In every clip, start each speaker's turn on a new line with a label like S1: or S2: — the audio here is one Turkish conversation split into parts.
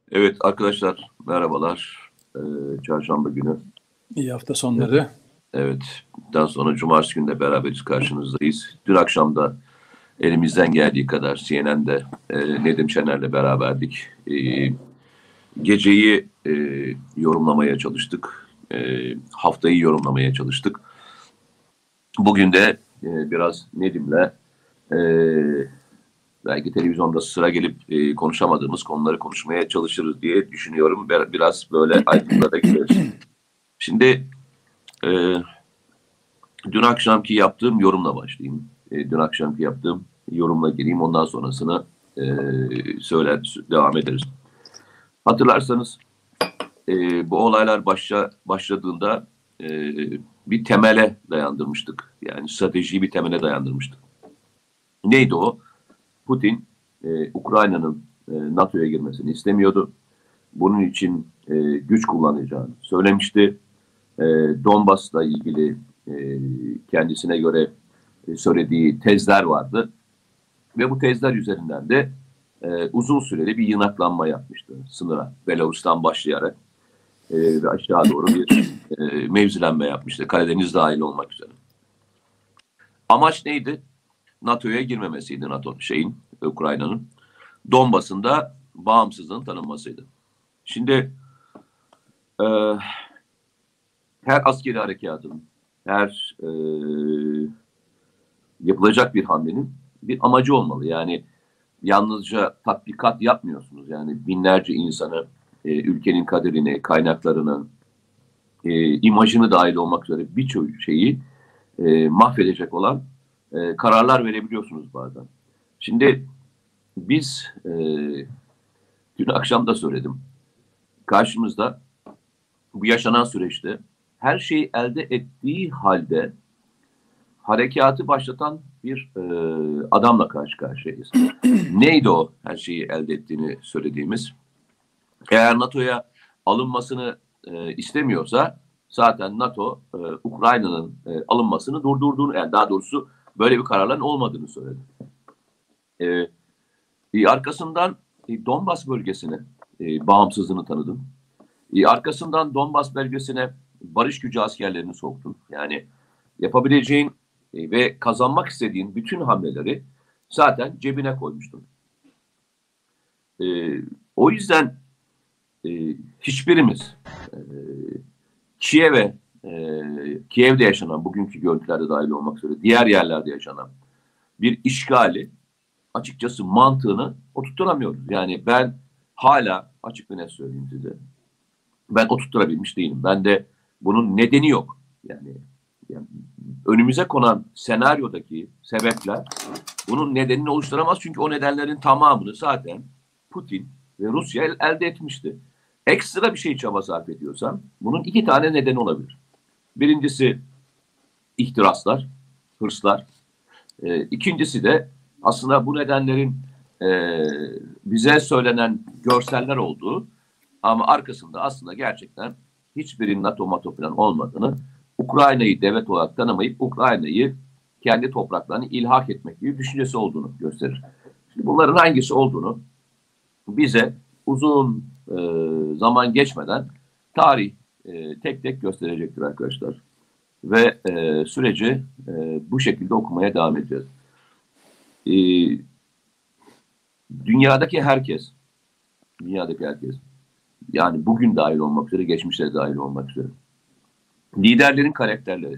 S1: Evet arkadaşlar merhabalar. Çarşamba günü.
S2: İyi hafta sonları.
S1: Evet. Daha sonra cumartesi günü de beraberiz, karşınızdayız. Dün akşam da elimizden geldiği kadar CNN'de Nedim Şener'le beraberdik. Geceyi yorumlamaya çalıştık. Haftayı yorumlamaya çalıştık. Bugün de biraz Nedim'le e, belki televizyonda sıra gelip konuşamadığımız konuları konuşmaya çalışırız diye düşünüyorum. Biraz böyle ayrıntılara gideriz. Şimdi e, dün akşamki yaptığım yorumla başlayayım. Dün akşamki yaptığım yorumla gireyim. Ondan sonrasını e, devam ederiz. Hatırlarsanız bu olaylar başladığında e, bir temele dayandırmıştık. Yani stratejiyi bir temele dayandırmıştık. Neydi o? Putin Ukrayna'nın NATO'ya girmesini istemiyordu. Bunun için güç kullanacağını söylemişti. e, Donbas'la ilgili kendisine göre söylediği tezler vardı. Ve bu tezler üzerinden de uzun süreli bir yınaklanma yapmıştı sınıra. Belarus'tan başlayarak ve aşağı doğru bir mevzilenme yapmıştı. Karadeniz dahil olmak üzere. Amaç neydi? NATO'ya girmemesiydi Ukrayna'nın. Donbas'ın da bağımsızlığın tanınmasıydı. Şimdi e, her askeri harekatın, her yapılacak bir hamlenin bir amacı olmalı. Yani yalnızca tatbikat yapmıyorsunuz. Yani binlerce insanı, ülkenin kaderini, kaynaklarını, imajını dahil olmak üzere birçok şeyi mahvedecek olan kararlar verebiliyorsunuz bazen. Şimdi biz dün akşam da söyledim. Karşımızda bu yaşanan süreçte her şeyi elde ettiği halde harekatı başlatan bir adamla karşı karşıyayız. Neydi o her şeyi elde ettiğini söylediğimiz? Eğer NATO'ya alınmasını istemiyorsa zaten NATO Ukrayna'nın alınmasını durdurduğunu, yani daha doğrusu böyle bir kararların olmadığını söyledi. Arkasından Donbas bölgesine bağımsızlığını tanıdın. Arkasından Donbas bölgesine barış gücü askerlerini soktun. Yani yapabileceğin ve kazanmak istediğin bütün hamleleri zaten cebine koymuştun. E, O yüzden hiçbirimiz Kiev'e, Kiev'de yaşanan, bugünkü görüntülerde dahil olmak üzere diğer yerlerde yaşanan bir işgali açıkçası mantığını oturtamıyoruz. Yani ben hala açık ve net söyleyeyim size. Ben oturtturabilmiş değilim. Ben de bunun nedeni yok. Yani önümüze konan senaryodaki sebepler bunun nedenini oluşturamaz. Çünkü o nedenlerin tamamını zaten Putin ve Rusya elde etmişti. Ekstra bir şey çaba sarf ediyorsam bunun iki tane nedeni olabilir. Birincisi ihtiraslar, hırslar. İkincisi de aslında bu nedenlerin bize söylenen görseller olduğu ama arkasında aslında gerçekten hiçbirinin NATO falan olmadığını, Ukrayna'yı devlet olarak tanımayıp Ukrayna'yı kendi topraklarını ilhak etmek gibi düşüncesi olduğunu gösterir. Şimdi bunların hangisi olduğunu bize uzun zaman geçmeden tarih tek tek gösterecektir arkadaşlar. Ve süreci bu şekilde okumaya devam edeceğiz. E, dünyadaki herkes yani bugün dahil olmak üzere, geçmişte dahil olmak üzere liderlerin karakterleri,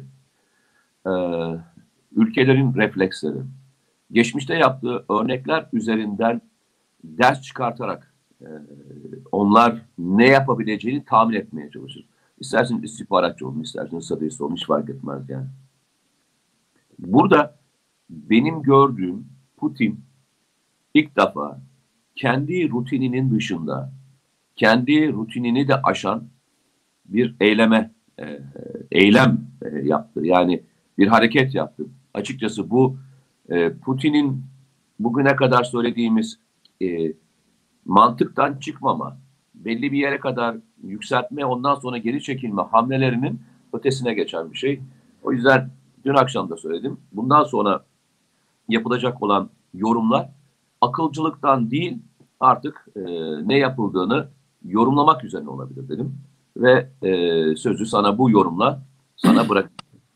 S1: ülkelerin refleksleri, geçmişte yaptığı örnekler üzerinden ders çıkartarak onlar ne yapabileceğini tahmin etmeye çalışır. İsterseniz istihbaratçı olun, isterseniz stratejist olun, hiç fark etmez yani. Burada benim gördüğüm Putin ilk defa kendi rutininin dışında, kendi rutinini de aşan bir eylem yaptı. Yani bir hareket yaptı. Açıkçası bu Putin'in bugüne kadar söylediğimiz mantıktan çıkmama, belli bir yere kadar yükseltme, ondan sonra geri çekilme hamlelerinin ötesine geçen bir şey. O yüzden dün akşam da söyledim. Bundan sonra yapılacak olan yorumlar akılcılıktan değil, artık ne yapıldığını yorumlamak üzerine olabilir dedim. Ve sözü sana bu yorumla sana bırak.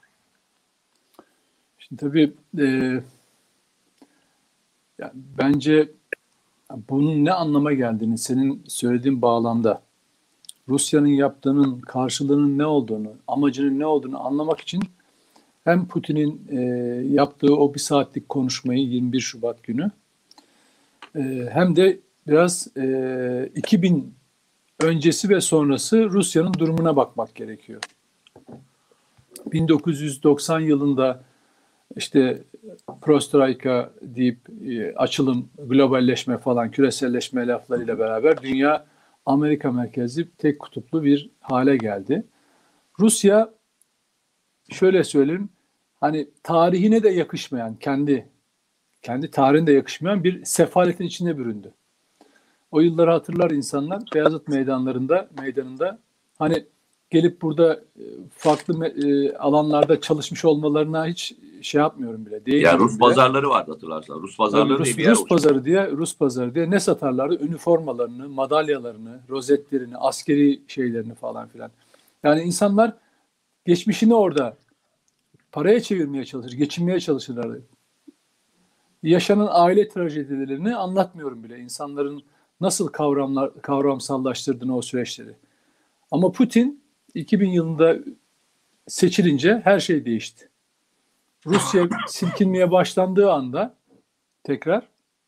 S2: Şimdi tabii yani bence bunun ne anlama geldiğini senin söylediğin bağlamda Rusya'nın yaptığının karşılığının ne olduğunu, amacının ne olduğunu anlamak için hem Putin'in yaptığı o bir saatlik konuşmayı 21 Şubat günü hem de biraz 2000 öncesi ve sonrası Rusya'nın durumuna bakmak gerekiyor. 1990 yılında işte Perestroika deyip açılım, globalleşme falan, küreselleşme laflarıyla beraber dünya Amerika merkezli tek kutuplu bir hale geldi. Rusya şöyle söyleyeyim, hani tarihine de yakışmayan, kendi tarihine de yakışmayan bir sefaletin içine büründü. O yılları hatırlar insanlar, Beyazıt meydanında hani gelip burada farklı alanlarda çalışmış olmalarına hiç şey yapmıyorum bile.
S1: Ya Rus pazarları vardı hatırlarsan. Rus pazarları diye bir yer
S2: Rus pazarı diye ne satarlardı? Üniformalarını, madalyalarını, rozetlerini, askeri şeylerini falan filan. Yani insanlar geçmişini orada paraya çevirmeye çalışır, geçinmeye çalışırlardı. Yaşanan aile trajedilerini anlatmıyorum bile. İnsanların nasıl kavramsallaştırdığını o süreçleri. Ama Putin 2000 yılında seçilince her şey değişti. Rusya silkinmeye başlandığı anda tekrar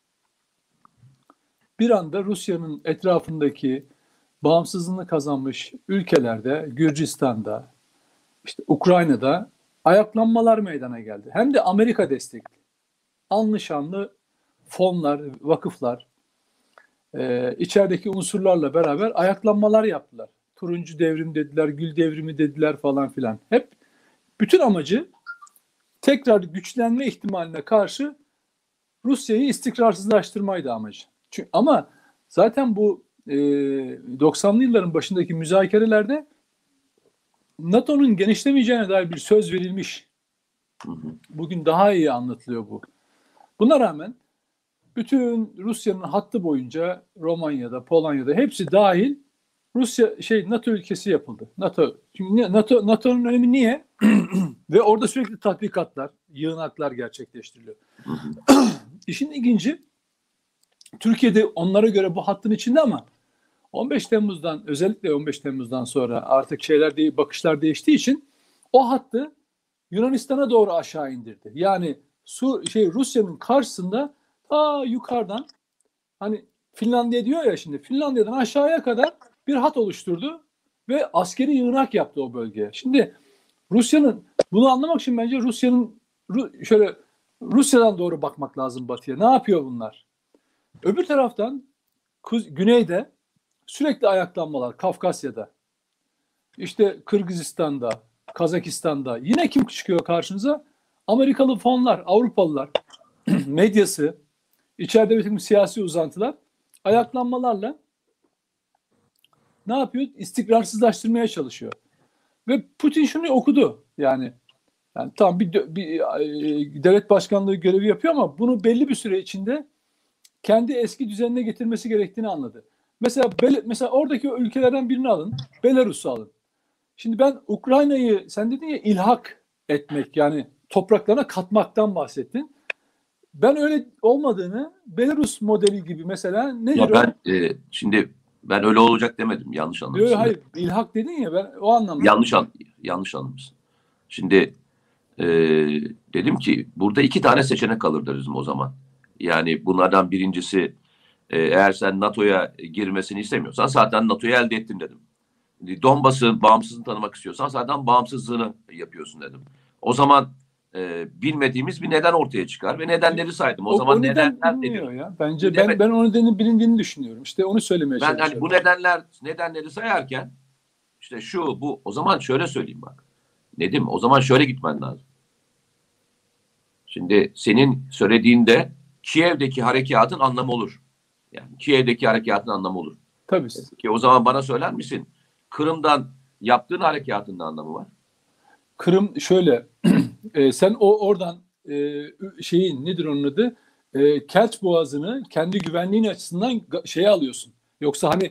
S2: bir anda Rusya'nın etrafındaki bağımsızlığını kazanmış ülkelerde, Gürcistan'da, işte Ukrayna'da ayaklanmalar meydana geldi. Hem de Amerika destekli. Anlı şanlı fonlar, vakıflar, içerideki unsurlarla beraber ayaklanmalar yaptılar. Turuncu devrim dediler, gül devrimi dediler falan filan. Hep bütün amacı tekrar güçlenme ihtimaline karşı Rusya'yı istikrarsızlaştırmaydı amacı. Ama zaten bu 90'lı yılların başındaki müzakerelerde NATO'nun genişlemeyeceğine dair bir söz verilmiş. Bugün daha iyi anlatılıyor bu. Buna rağmen bütün Rusya'nın hattı boyunca Romanya'da, Polonya'da hepsi dahil NATO ülkesi yapıldı. Çünkü NATO'nun önemi niye? Ve orada sürekli tatbikatlar, yığınaklar gerçekleştiriliyor. İşin ilginci Türkiye'de onlara göre bu hattın içinde ama 15 Temmuz'dan özellikle 15 Temmuz'dan sonra artık bakışlar değiştiği için o hattı Yunanistan'a doğru aşağı indirdi. Yani Rusya'nın karşısında ta yukarıdan hani Finlandiya diyor ya şimdi Finlandiya'dan aşağıya kadar bir hat oluşturdu ve askeri yığınak yaptı o bölgeye. Şimdi bunu anlamak için bence Rusya'dan doğru bakmak lazım batıya. Ne yapıyor bunlar? Öbür taraftan güneyde sürekli ayaklanmalar Kafkasya'da. İşte Kırgızistan'da, Kazakistan'da yine kim çıkıyor karşınıza? Amerikalı fonlar, Avrupalılar, medyası, içeride bir takım siyasi uzantılar ayaklanmalarla ne yapıyor? İstikrarsızlaştırmaya çalışıyor. Ve Putin şunu okudu. Yani tamam bir devlet başkanlığı görevi yapıyor ama bunu belli bir süre içinde kendi eski düzenine getirmesi gerektiğini anladı. Mesela oradaki ülkelerden birini alın. Belarus'u alın. Şimdi ben Ukrayna'yı sen dedin ya ilhak etmek yani topraklarına katmaktan bahsettin. Ben öyle olmadığını Belarus modeli gibi mesela nedir
S1: ya şimdi ben öyle olacak demedim. Yanlış anlamışsın.
S2: Hayır, ilhak dedin ya ben o anlamda.
S1: Yanlış anlamışsın. Şimdi dedim ki burada iki tane seçenek kalır deriz o zaman. Yani bunlardan birincisi eğer sen NATO'ya girmesini istemiyorsan zaten NATO'yu elde ettin dedim. Donbas'ın bağımsızlığını tanımak istiyorsan zaten bağımsızlığını yapıyorsun dedim. O zaman bilmediğimiz bir neden ortaya çıkar ve nedenleri saydım. O zaman nedenler
S2: nedir? Ya. Bence ben o nedenin bilindiğini düşünüyorum. İşte onu söylemeye çalışıyorum.
S1: Ben bu nedenleri sayarken işte bu o zaman şöyle söyleyeyim bak. Nedim o zaman şöyle gitmen lazım. Şimdi senin söylediğinde Kiev'deki harekatın anlamı olur. Yani Kiev'deki harekatın anlamı olur.
S2: Tabii.
S1: Ki o zaman bana söyler misin? Kırım'dan yaptığın harekatın da anlamı var.
S2: Kırım şöyle sen oradan nedir onun adı? Kerç Boğazı'nı kendi güvenliğin açısından alıyorsun. Yoksa hani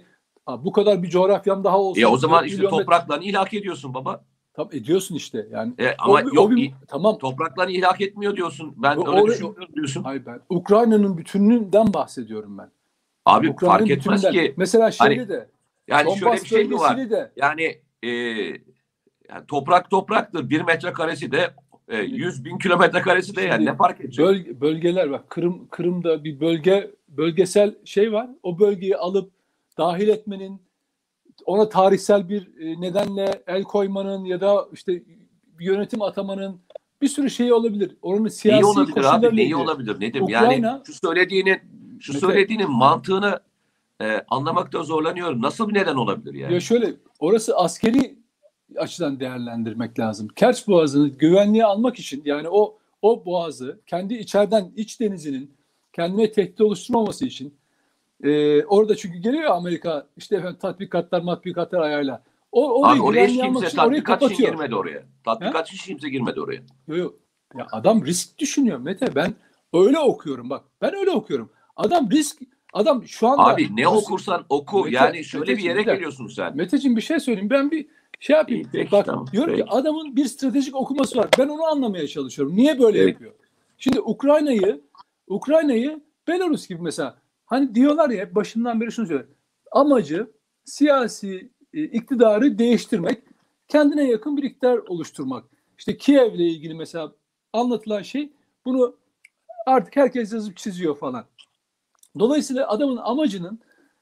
S2: bu kadar bir coğrafyam daha olsun.
S1: O zaman
S2: 4
S1: işte
S2: milyon metre.
S1: topraklarını ilhak ediyorsun baba.
S2: Tam ediyorsun işte. Yani
S1: Ama yok,
S2: tamam.
S1: topraklarını ilhak etmiyor diyorsun. Ben öyle
S2: Oraya,
S1: düşünmüyorum diyorsun.
S2: hayır, ben Ukrayna'nın bütünlüğünden bahsediyorum ben.
S1: Abi fark
S2: Ukrayna'nın
S1: etmez
S2: bütününden.
S1: ki.
S2: Mesela
S1: Hani
S2: şeyde de
S1: yani şöyle bir
S2: Donbas
S1: şey mi var?
S2: bölgesini de
S1: Yani, yani toprak topraktır. 1 metrekaresi de 100.000 kilometrekaresi de, yani
S2: şimdi
S1: ne fark edecek?
S2: bölgeler var. Kırım'da bir bölgesel şey var. O bölgeyi alıp dahil etmenin, ona tarihsel bir nedenle el koymanın ya da işte bir yönetim atamanın bir sürü şeyi olabilir. Onun
S1: Neyi
S2: siyasi
S1: olabilir abi?
S2: koşullarıyla
S1: Neyi
S2: ilgili.
S1: olabilir Nedim? Yani
S2: Ukrayna,
S1: şu
S2: Mete,
S1: söylediğinin mantığını anlamakta zorlanıyorum. Nasıl bir neden olabilir
S2: ya
S1: yani?
S2: şöyle, orası askeri açıdan değerlendirmek lazım. Kerç Boğazı'nı güvenliğe almak için, yani o boğazı kendi içeriden, iç denizinin kendine tehdit oluşturmaması için, orada çünkü geliyor ya Amerika, işte efendim tatbikatlar ayağıyla.
S1: Abi
S2: Orayı
S1: oraya hiç
S2: güvenliğe almak
S1: kimse
S2: için orayı
S1: tatbikat için
S2: kapatıyor.
S1: girmedi oraya.
S2: He?
S1: Tatbikat için hiç kimse girmedi oraya.
S2: Yok, yok. Ya adam risk düşünüyor Mete. Ben öyle okuyorum bak. Ben öyle okuyorum. Adam şu anda
S1: Abi ne okursan oku. Yani şöyle bir
S2: Meteciğim,
S1: yere
S2: bir dakika.
S1: geliyorsun sen.
S2: Meteciğim, bir şey söyleyeyim. Ben bir şey yapayım.
S1: İyi, peki,
S2: Bak,
S1: tamam.
S2: diyorum ki
S1: Peki.
S2: adamın bir stratejik okuması var. Ben onu anlamaya çalışıyorum. Niye böyle
S1: Peki.
S2: yapıyor? Şimdi Ukrayna'yı Belarus gibi mesela, hani diyorlar ya, başından beri şunu söylüyor. Amacı siyasi iktidarı değiştirmek, kendine yakın bir iktidar oluşturmak. İşte Kiev'le ilgili mesela anlatılan şey, bunu artık herkes yazıp çiziyor falan. Dolayısıyla adamın amacının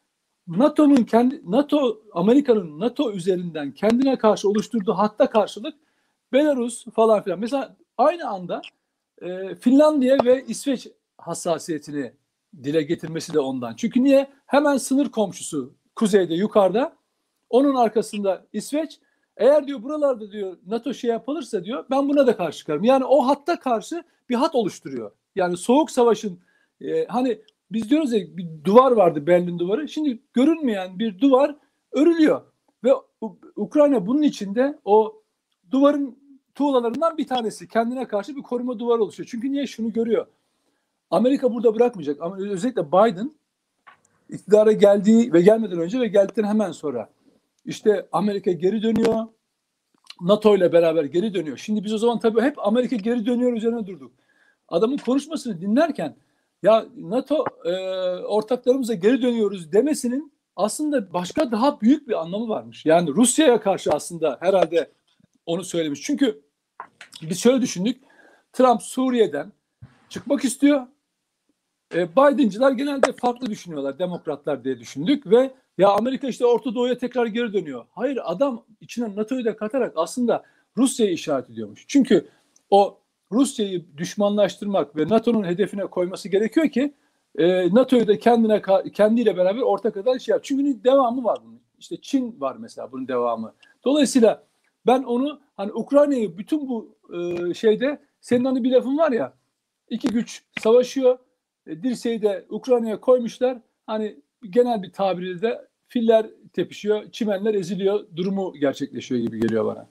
S2: Amerika'nın NATO üzerinden kendine karşı oluşturduğu hatta karşılık Belarus falan filan. Mesela aynı anda Finlandiya ve İsveç hassasiyetini dile getirmesi de ondan. Çünkü niye? Hemen sınır komşusu kuzeyde, yukarıda. Onun arkasında İsveç. Eğer diyor buralarda diyor NATO şey yapılırsa diyor, ben buna da karşı çıkarım. Yani o hatta karşı bir hat oluşturuyor. Yani Soğuk Savaş'ın hani biz diyoruz ya, bir duvar vardı, Berlin Duvarı. Şimdi görünmeyen bir duvar örülüyor. Ve Ukrayna bunun içinde o duvarın tuğlalarından bir tanesi. Kendine karşı bir koruma duvarı oluşuyor. Çünkü niye? Şunu görüyor. Amerika burada bırakmayacak. Ama özellikle Biden iktidara geldiği ve gelmeden önce ve geldikten hemen sonra işte Amerika geri dönüyor. NATO ile beraber geri dönüyor. Şimdi biz o zaman tabii hep Amerika geri dönüyor üzerine durduk. Adamın konuşmasını dinlerken, ya NATO ortaklarımıza geri dönüyoruz demesinin aslında başka daha büyük bir anlamı varmış. Yani Rusya'ya karşı aslında herhalde onu söylemiş. Çünkü biz şöyle düşündük. Trump Suriye'den çıkmak istiyor. Biden'cılar genelde farklı düşünüyorlar, demokratlar diye düşündük ve ya Amerika işte Orta Doğu'ya tekrar geri dönüyor. Hayır, adam içine NATO'yu da katarak aslında Rusya'yı işaret ediyormuş. Çünkü o Rusya'yı düşmanlaştırmak ve NATO'nun hedefine koyması gerekiyor ki NATO'yu da kendiyle beraber ortak eden şey yap. Çünkü devamı var bunun. İşte Çin var mesela, bunun devamı. Dolayısıyla ben onu, hani Ukrayna'yı bütün bu şeyde, senin hani bir lafın var ya, iki güç savaşıyor. Dirseği de Ukrayna'ya koymuşlar. Hani genel bir tabirle de filler tepişiyor, çimenler eziliyor durumu gerçekleşiyor gibi geliyor bana.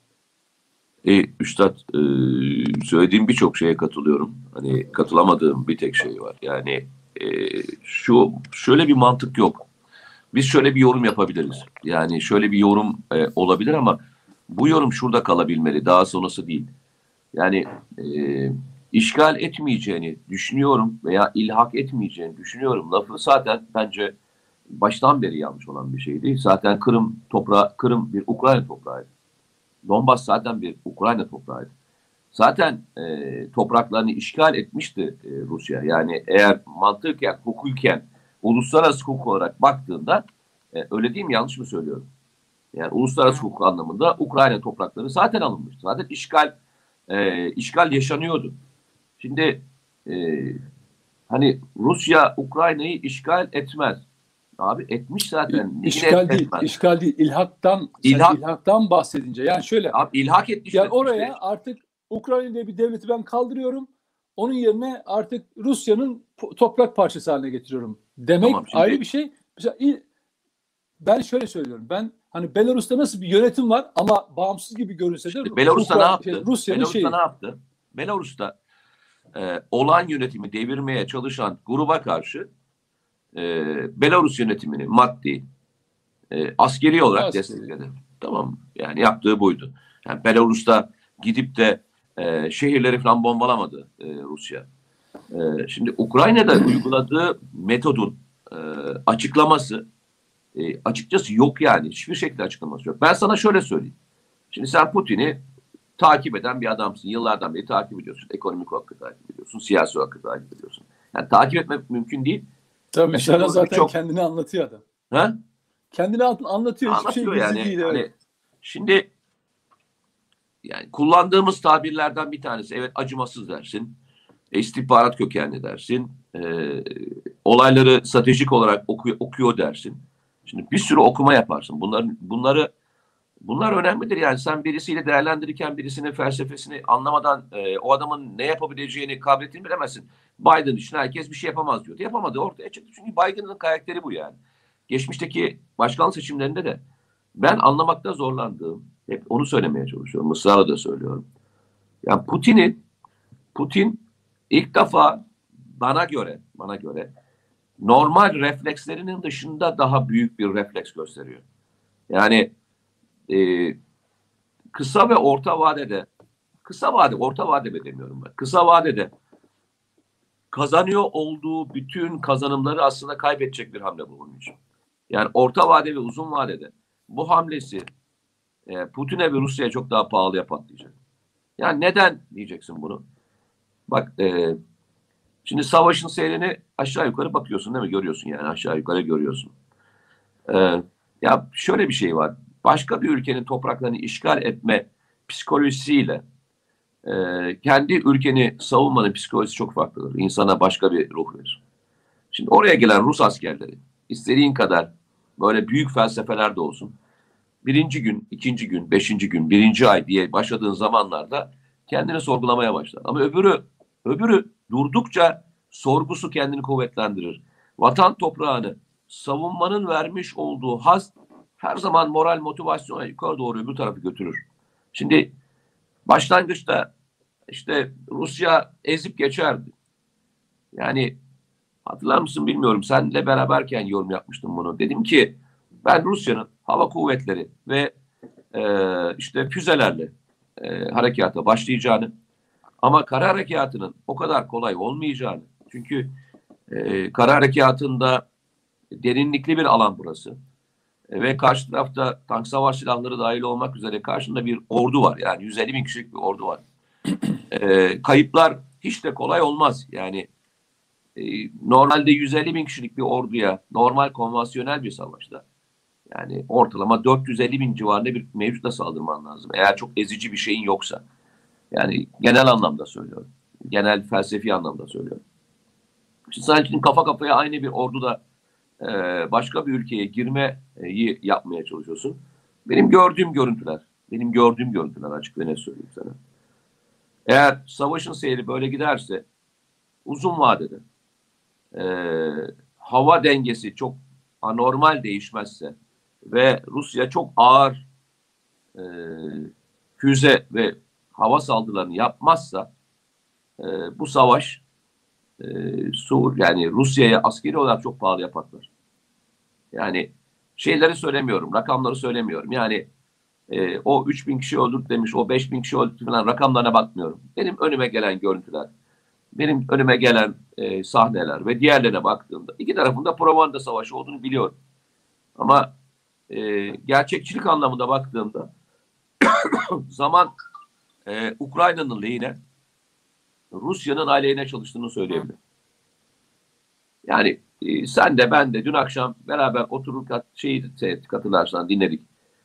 S1: Üstad, söylediğim birçok şeye katılıyorum. Hani katılamadığım bir tek şey var. Yani şöyle bir mantık yok. Biz şöyle bir yorum yapabiliriz. Yani şöyle bir yorum olabilir ama bu yorum şurada kalabilmeli. Daha sonrası değil. Yani işgal etmeyeceğini düşünüyorum veya ilhak etmeyeceğini düşünüyorum. Lafı zaten bence baştan beri yanlış olan bir şeydi. Zaten Kırım bir Ukrayna toprağıydı. Donbas zaten bir Ukrayna toprağıydı. Zaten topraklarını işgal etmişti Rusya. Yani eğer mantıken, hukuken, uluslararası hukuk olarak baktığında öyle değil mi? Yanlış mı söylüyorum? Yani uluslararası hukuk anlamında Ukrayna toprakları zaten alınmıştı. Zaten işgal yaşanıyordu. Şimdi hani Rusya Ukrayna'yı işgal etmez. Abi etmiş zaten.
S2: İşgal değil,
S1: etmez.
S2: işgal değil. İlhaktan,
S1: İlhak,
S2: ilhaktan bahsedince. Yani şöyle,
S1: abi ilhak etmiş.
S2: yani oraya
S1: İşte,
S2: artık Ukrayna diye bir devleti ben kaldırıyorum. Onun yerine artık Rusya'nın toprak parçası haline getiriyorum demek
S1: tamam
S2: ayrı
S1: şimdi
S2: bir şey. Mesela ben şöyle söylüyorum. Ben hani Belarus'ta nasıl bir yönetim var ama bağımsız gibi görünse de
S1: Belarus'ta ne yaptı?
S2: Rusya'nın
S1: Belarus'ta ne
S2: şeyi.
S1: yaptı? Belarus'ta olan yönetimi devirmeye çalışan gruba karşı Belarus yönetimini maddi, askeri olarak
S2: Askeri.
S1: destekledi. Tamam mı? Yani yaptığı buydu. Yani Belarus'ta gidip de şehirleri falan bombalamadı Rusya. Şimdi Ukrayna'da uyguladığı metodun açıklaması açıkçası yok yani. Hiçbir şekilde açıklaması yok. Ben sana şöyle söyleyeyim. Şimdi sen Putin'i takip eden bir adamsın. Yıllardan beri takip ediyorsun. Ekonomik olarak takip ediyorsun. Siyasi olarak takip ediyorsun. Yani takip etmek mümkün değil.
S2: Tabii sana zaten
S1: çok...
S2: kendini anlatıyor adam.
S1: Ha?
S2: Kendini anlatıyor. Hiçbir şey gizli
S1: yani,
S2: değil. Evet.
S1: Hani şimdi yani kullandığımız tabirlerden bir tanesi. Evet, acımasız dersin. İstihbarat kökenli dersin. Olayları stratejik olarak okuyor dersin. Şimdi bir sürü okuma yaparsın. Bunlar önemlidir. Yani sen birisiyle değerlendirirken birisinin felsefesini anlamadan o adamın ne yapabileceğini, kabiliyetini bilemezsin. Biden için herkes bir şey yapamaz diyordu. Yapamadı, ortaya çıktı. Çünkü Biden'ın karakteri bu yani. Geçmişteki başkanlık seçimlerinde de ben anlamakta zorlandığım, hep onu söylemeye çalışıyorum. Israrla da söylüyorum. Yani Putin ilk defa bana göre normal reflekslerinin dışında daha büyük bir refleks gösteriyor. Yani e, kısa ve orta vadede, orta vade mi demiyorum ben. Kısa vadede kazanıyor olduğu bütün kazanımları aslında kaybedecek bir hamle bu onun için. Yani orta vade ve uzun vadede bu hamlesi Putin'e ve Rusya'ya çok daha pahalıya patlayacak. Yani neden diyeceksin bunu? Bak şimdi savaşın seyrini aşağı yukarı bakıyorsun değil mi? Görüyorsun yani, aşağı yukarı görüyorsun. Ya şöyle bir şey var. Başka bir ülkenin topraklarını işgal etme psikolojisiyle kendi ülkeni savunmanın psikolojisi çok farklıdır. İnsana başka bir ruh verir. Şimdi oraya gelen Rus askerleri istediğin kadar böyle büyük felsefeler de olsun. Birinci gün, ikinci gün, beşinci gün, birinci ay diye başladığın zamanlarda kendini sorgulamaya başlar. Ama öbürü durdukça sorgusu kendini kuvvetlendirir. Vatan toprağını savunmanın vermiş olduğu haz her zaman moral motivasyona yukarı doğru öbür tarafı götürür. Şimdi başlangıçta işte Rusya ezip geçerdi. Yani hatırlar mısın bilmiyorum. Seninle beraberken yorum yapmıştım bunu. Dedim ki ben Rusya'nın hava kuvvetleri ve işte füzelerle harekata başlayacağını, ama kara harekatının o kadar kolay olmayacağını, çünkü kara harekatında derinlikli bir alan burası. Ve karşı tarafta tank savaş silahları dahil olmak üzere karşında bir ordu var. Yani 150 bin kişilik bir ordu var. Kayıplar hiç de kolay olmaz. Yani normalde 150 bin kişilik bir orduya normal konvansiyonel bir savaşta yani ortalama 450 bin civarında bir mevcutla saldırman lazım. Eğer çok ezici bir şeyin yoksa. Yani genel anlamda söylüyorum. Genel felsefi anlamda söylüyorum. Şimdi sanki kafa kafaya aynı bir orduda başka bir ülkeye girmeyi yapmaya çalışıyorsun. Benim gördüğüm görüntüler açık ve net söyleyeyim sana. Eğer savaşın seyri böyle giderse uzun vadede hava dengesi çok anormal değişmezse ve Rusya çok ağır e, füze ve hava saldırılarını yapmazsa bu savaş yani Rusya'ya askeri olarak çok pahalıya patlar. Yani şeyleri söylemiyorum, rakamları söylemiyorum. Yani o 3.000 kişi öldürdü demiş, o 5.000 kişi öldürdü falan, rakamlarına bakmıyorum. Benim önüme gelen görüntüler, benim önüme gelen sahneler ve diğerlerine baktığımda iki tarafında propaganda savaşı olduğunu biliyorum. Ama gerçekçilik anlamında baktığımda zaman Ukrayna'nın lehine, Rusya'nın aleyhine çalıştığını söyleyebilirim. Yani sen de ben de dün akşam beraber oturup katılarsan dinledik.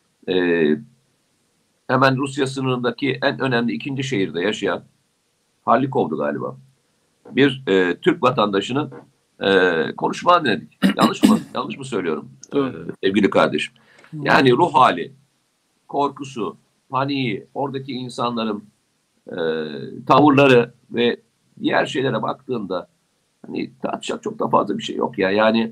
S1: Hemen Rusya sınırındaki en önemli ikinci şehirde yaşayan Harlikov'du galiba. Bir Türk vatandaşının konuşmalarını dinledik. Yanlış mı? Yanlış mı söylüyorum sevgili kardeşim? Yani ruh hali, korkusu, paniği, oradaki insanların tavırları ve diğer şeylere baktığında hani tartışacak çok da fazla bir şey yok ya. Yani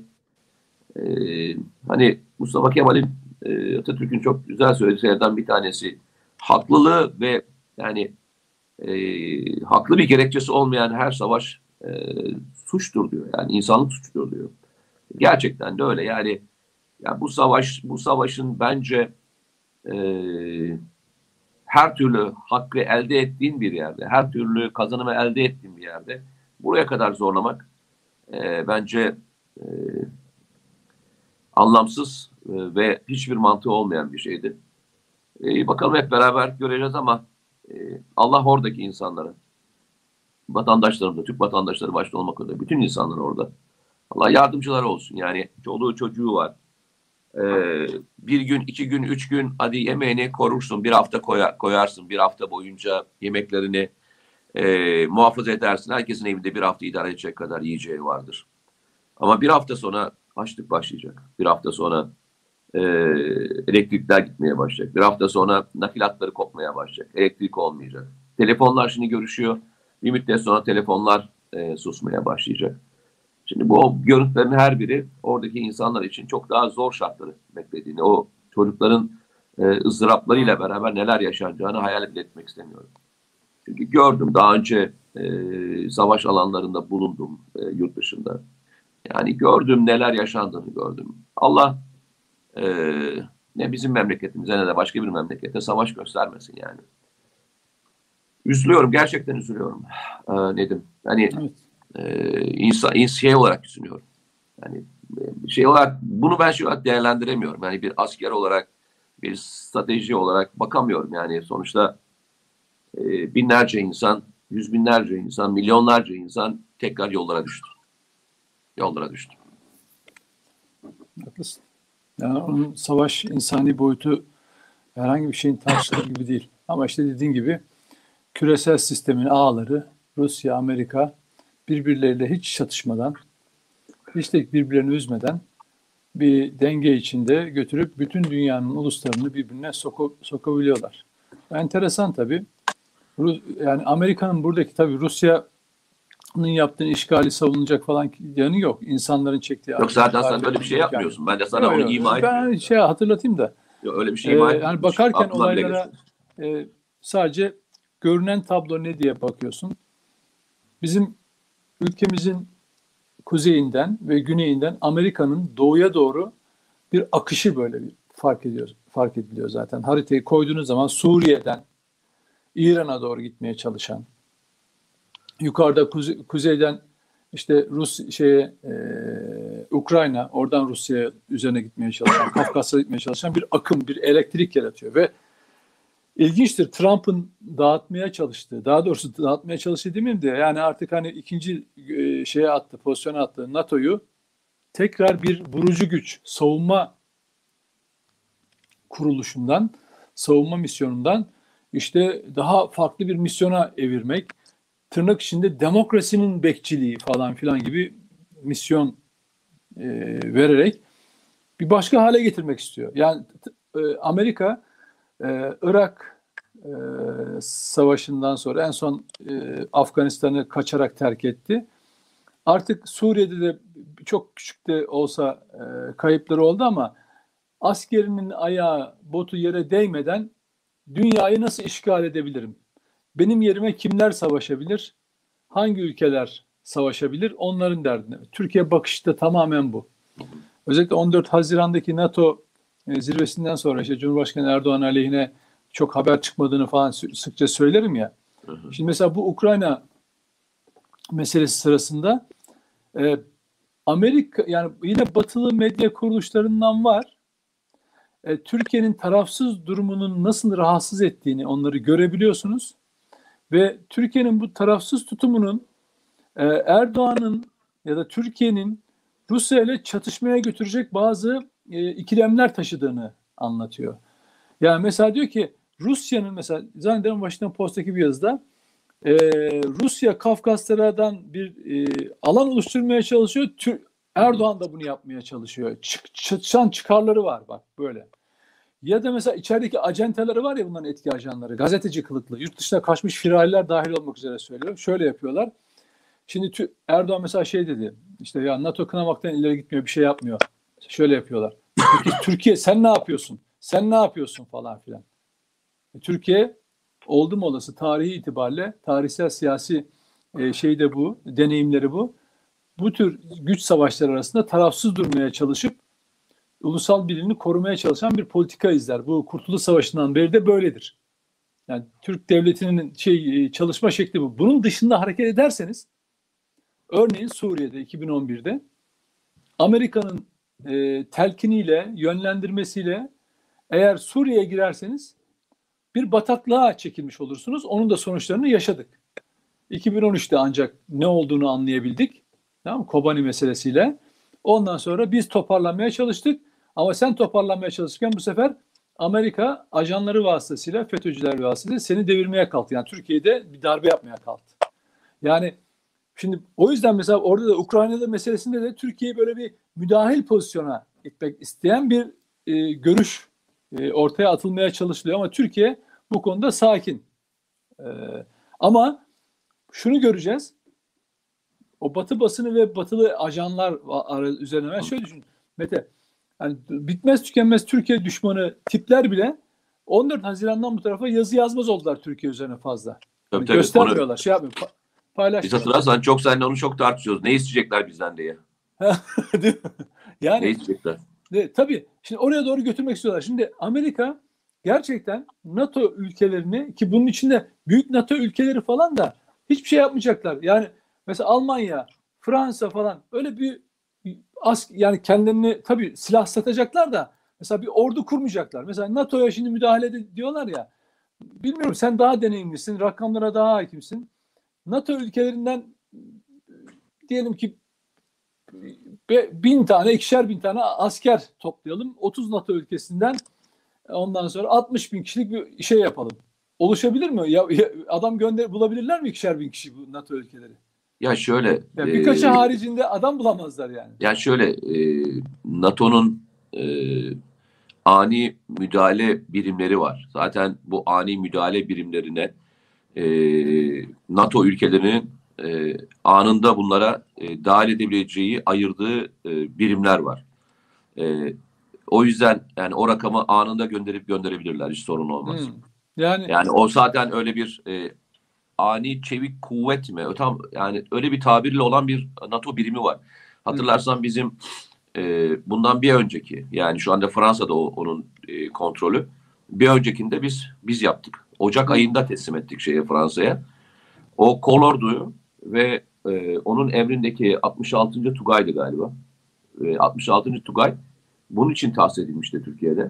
S1: hani Mustafa Kemal'in Atatürk'ün çok güzel söylediği şeylerden bir tanesi, haklılığı ve yani haklı bir gerekçesi olmayan her savaş suçtur diyor. Yani insanlık suçudur diyor. Gerçekten de öyle. Yani Ya bu savaşın bence e, her türlü hakkı elde ettiğin bir yerde, her türlü kazanımı elde ettiğin bir yerde buraya kadar zorlamak bence e, anlamsız ve hiçbir mantığı olmayan bir şeydi. Bakalım hep beraber göreceğiz ama Allah oradaki insanları, vatandaşlarım da, Türk vatandaşları başta olmak üzere bütün insanlar orada. Allah yardımcıları olsun. Yani çoluğu çocuğu var. Bir gün, 2 gün, 3 gün hadi yemeğini korursun. Bir hafta koyarsın. Bir hafta boyunca yemeklerini muhafaza edersin. Herkesin evinde bir hafta idare edecek kadar yiyeceği vardır. Ama bir hafta sonra açlık başlayacak. Bir hafta sonra e, elektrikler gitmeye başlayacak. Bir hafta sonra nakilatları kopmaya başlayacak. Elektrik olmayacak. Telefonlar şimdi görüşüyor. Bir müddet sonra telefonlar susmaya başlayacak. Şimdi bu görüntülerin her biri oradaki insanlar için çok daha zor şartları beklediğini, o çocukların ızdıraplarıyla beraber neler yaşanacağını hayal bile etmek istemiyorum. Çünkü gördüm, daha önce savaş alanlarında bulundum yurt dışında. Yani gördüm, neler yaşandığını gördüm. Allah e, ne bizim memleketimize ne de başka bir memlekete savaş göstermesin yani. Üzülüyorum, gerçekten üzülüyorum. Nedim, hani şey olarak düşünüyorum. Yani şey olarak bunu ben şu an değerlendiremiyorum. Yani bir asker olarak, bir strateji olarak bakamıyorum. Yani sonuçta binlerce insan, yüz binlerce insan, milyonlarca insan tekrar yollara düştü. Yollara düştü.
S2: Haklısın. Yani onun savaş insani boyutu herhangi bir şeyin tartışılır gibi değil. Ama işte dediğin gibi küresel sistemin ağları Rusya, Amerika birbirleriyle hiç çatışmadan, hiç de birbirlerini üzmeden bir denge içinde götürüp bütün dünyanın uluslarını birbirine sokabiliyorlar. Enteresan tabii. Yani Amerika'nın buradaki tabii Rusya'nın yaptığı işgali savunulacak falan yanı yok. İnsanların çektiği
S1: Yok zaten sen öyle bir şey yapmıyorsun. Ben de sana
S2: yok,
S1: onu
S2: yok.
S1: ima
S2: Ben
S1: etmiyorum.
S2: hatırlatayım da.
S1: Yok, öyle bir şey ima etmiyorum.
S2: Yani bakarken
S1: Aklına bile
S2: olaylara
S1: geçmez.
S2: sadece görünen tablo ne diye bakıyorsun. Bizim ülkemizin kuzeyinden ve güneyinden Amerika'nın doğuya doğru bir akışı böyle bir fark ediliyor zaten. Haritayı koyduğunuz zaman Suriye'den İran'a doğru gitmeye çalışan, yukarıda kuzeyden işte Ukrayna, oradan Rusya üzerine gitmeye çalışan, Kafkas'a gitmeye çalışan bir akım, bir elektrik yaratıyor ve İlginçtir. Trump'ın daha doğrusu dağıtmaya çalıştığı demeyeyim de yani artık hani ikinci pozisyona attı NATO'yu tekrar bir vurucu güç, savunma kuruluşundan, savunma misyonundan işte daha farklı bir misyona evirmek, tırnak içinde demokrasinin bekçiliği falan filan gibi misyon vererek bir başka hale getirmek istiyor. Yani Amerika Irak savaşından sonra en son Afganistan'ı kaçarak terk etti. Artık Suriye'de de çok küçük de olsa kayıpları oldu ama askerinin ayağı, botu yere değmeden dünyayı nasıl işgal edebilirim? Benim yerime kimler savaşabilir? Hangi ülkeler savaşabilir? Onların derdine. Türkiye bakışı da tamamen bu. Özellikle 14 Haziran'daki NATO zirvesinden sonra işte Cumhurbaşkanı Erdoğan aleyhine çok haber çıkmadığını falan sıkça söylerim ya. Şimdi mesela bu Ukrayna meselesi sırasında Amerika yani yine batılı medya kuruluşlarından var. Türkiye'nin tarafsız durumunun nasıl rahatsız ettiğini onları görebiliyorsunuz. Ve Türkiye'nin bu tarafsız tutumunun Erdoğan'ın ya da Türkiye'nin Rusya ile çatışmaya götürecek bazı ikilemler taşıdığını anlatıyor. Yani mesela diyor ki Rusya'nın mesela zannederim Washington Post'taki bir yazıda Rusya Kafkaslardan bir alan oluşturmaya çalışıyor. Erdoğan da bunu yapmaya çalışıyor. Çatışan çıkarları var bak böyle. Ya da mesela içerideki acenteleri var ya bunların etki ajanları. Gazeteci kılıklı. Yurt dışına kaçmış firariler dahil olmak üzere söylüyor. Şöyle yapıyorlar. Şimdi Erdoğan mesela şey dedi. İşte ya NATO kınamaktan ileri gitmiyor. Bir şey yapmıyor. Şöyle yapıyorlar. Peki Türkiye sen ne yapıyorsun? Sen ne yapıyorsun falan filan. Türkiye oldum olası tarihi itibariyle tarihsel siyasi şeyde bu. Deneyimleri bu. Bu tür güç savaşları arasında tarafsız durmaya çalışıp ulusal birliğini korumaya çalışan bir politika izler. Bu Kurtuluş Savaşı'ndan beri de böyledir. Yani Türk devletinin çalışma şekli bu. Bunun dışında hareket ederseniz, örneğin Suriye'de 2011'de Amerika'nın telkiniyle, yönlendirmesiyle eğer Suriye'ye girerseniz bir bataklığa çekilmiş olursunuz. Onun da sonuçlarını yaşadık. 2013'te ancak ne olduğunu anlayabildik. Tamam mı? Kobani meselesiyle. Ondan sonra biz toparlanmaya çalıştık. Ama sen toparlanmaya çalışırken bu sefer Amerika ajanları vasıtasıyla, FETÖ'cüler vasıtasıyla seni devirmeye kalktı. Yani Türkiye'de bir darbe yapmaya kalktı. Yani şimdi o yüzden mesela orada da Ukrayna'da meselesinde de Türkiye'yi böyle bir müdahil pozisyona gitmek isteyen bir görüş ortaya atılmaya çalışılıyor. Ama Türkiye bu konuda sakin. Ama şunu göreceğiz. O Batı basını ve batılı ajanlar üzerine ben şöyle düşünüyorum. Mete, yani bitmez tükenmez Türkiye düşmanı tipler bile 14 Haziran'dan bu tarafa yazı yazmaz oldular Türkiye üzerine fazla.
S1: Tabii,
S2: göstermiyorlar,
S1: onu,
S2: şey yapmıyor,
S1: biz
S2: paylaşmıyorlar.
S1: hatırlarsan çok seninle onu çok tartışıyoruz. Ne isteyecekler bizden diye.
S2: Değil mi?
S1: Ne
S2: Yani
S1: isteyecekler?
S2: tabii şimdi oraya doğru götürmek istiyorlar. Şimdi Amerika gerçekten NATO ülkelerini, ki bunun içinde büyük NATO ülkeleri falan da hiçbir şey yapmayacaklar. Yani mesela Almanya, Fransa falan öyle bir yani kendilerini tabii silah satacaklar da mesela bir ordu kurmayacaklar. Mesela NATO'ya şimdi müdahale diyorlar ya. Bilmiyorum, sen daha deneyimlisin, rakamlara daha hakimsin. NATO ülkelerinden diyelim ki 1000 tane, 2000 tane asker toplayalım. 30 NATO ülkesinden ondan sonra 60 bin kişilik bir şey yapalım. Oluşabilir mi? Ya adam bulabilirler mi 2000 kişi bu NATO ülkeleri?
S1: Ya şöyle,
S2: Yani birkaçı haricinde adam bulamazlar yani.
S1: ya şöyle, NATO'nun ani müdahale birimleri var. Zaten bu ani müdahale birimlerine NATO ülkelerinin anında bunlara dahil edebileceği ayırdığı birimler var. O yüzden yani o rakamı anında gönderebilirler. Hiç sorun olmaz. Yani o zaten öyle bir ani çevik kuvvet mi? Tam yani öyle bir tabirle olan bir NATO birimi var. Hatırlarsan bizim bundan bir önceki, yani şu anda Fransa'da onun kontrolü. Bir öncekinde biz yaptık. Ocak ayında teslim ettik Fransa'ya. O kolordu ve onun emrindeki 66. Tugay'dı galiba. 66. Tugay bunun için tahsis edilmişti Türkiye'de.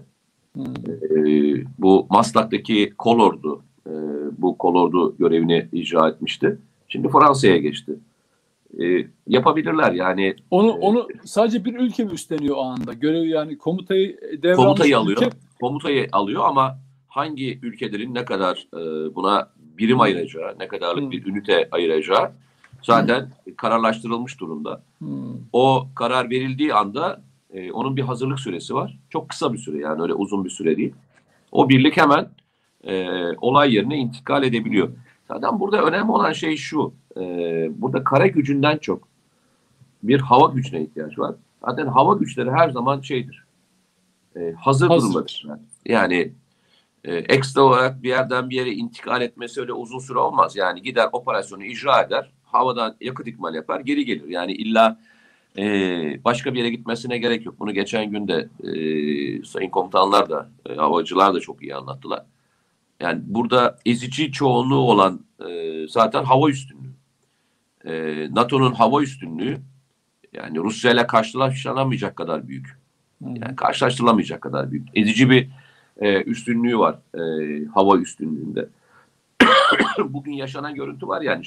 S1: Bu Maslak'taki kolordu bu kolordu görevini icra etmişti. Şimdi Fransa'ya geçti. Yapabilirler yani.
S2: Onu sadece bir ülke mi üstleniyor o anda? Görevi yani komutayı
S1: alıyor. Ülke... Komutayı alıyor ama hangi ülkelerin ne kadar buna birim ayıracağı, ne kadarlık bir ünite ayıracağı zaten kararlaştırılmış durumda. O karar verildiği anda onun bir hazırlık süresi var. Çok kısa bir süre, yani öyle uzun bir süre değil. O birlik hemen olay yerine intikal edebiliyor. Zaten burada önemli olan şey şu. Burada kara gücünden çok bir hava gücüne ihtiyaç var. Zaten hava güçleri her zaman şeydir. Hazır durumdadır. Yani ekstra olarak bir yerden bir yere intikal etmesi öyle uzun süre olmaz. Yani gider operasyonu icra eder. Havadan yakıt ikmal yapar. Geri gelir. Yani illa başka bir yere gitmesine gerek yok. Bunu geçen gün de sayın komutanlar da havacılar da çok iyi anlattılar. Yani burada ezici çoğunluğu olan zaten hava üstünlüğü. NATO'nun hava üstünlüğü yani Rusya ile karşılaşılamayacak kadar büyük. Yani karşılaştırılamayacak kadar büyük. Ezici bir üstünlüğü var hava üstünlüğünde. Bugün yaşanan görüntü var yani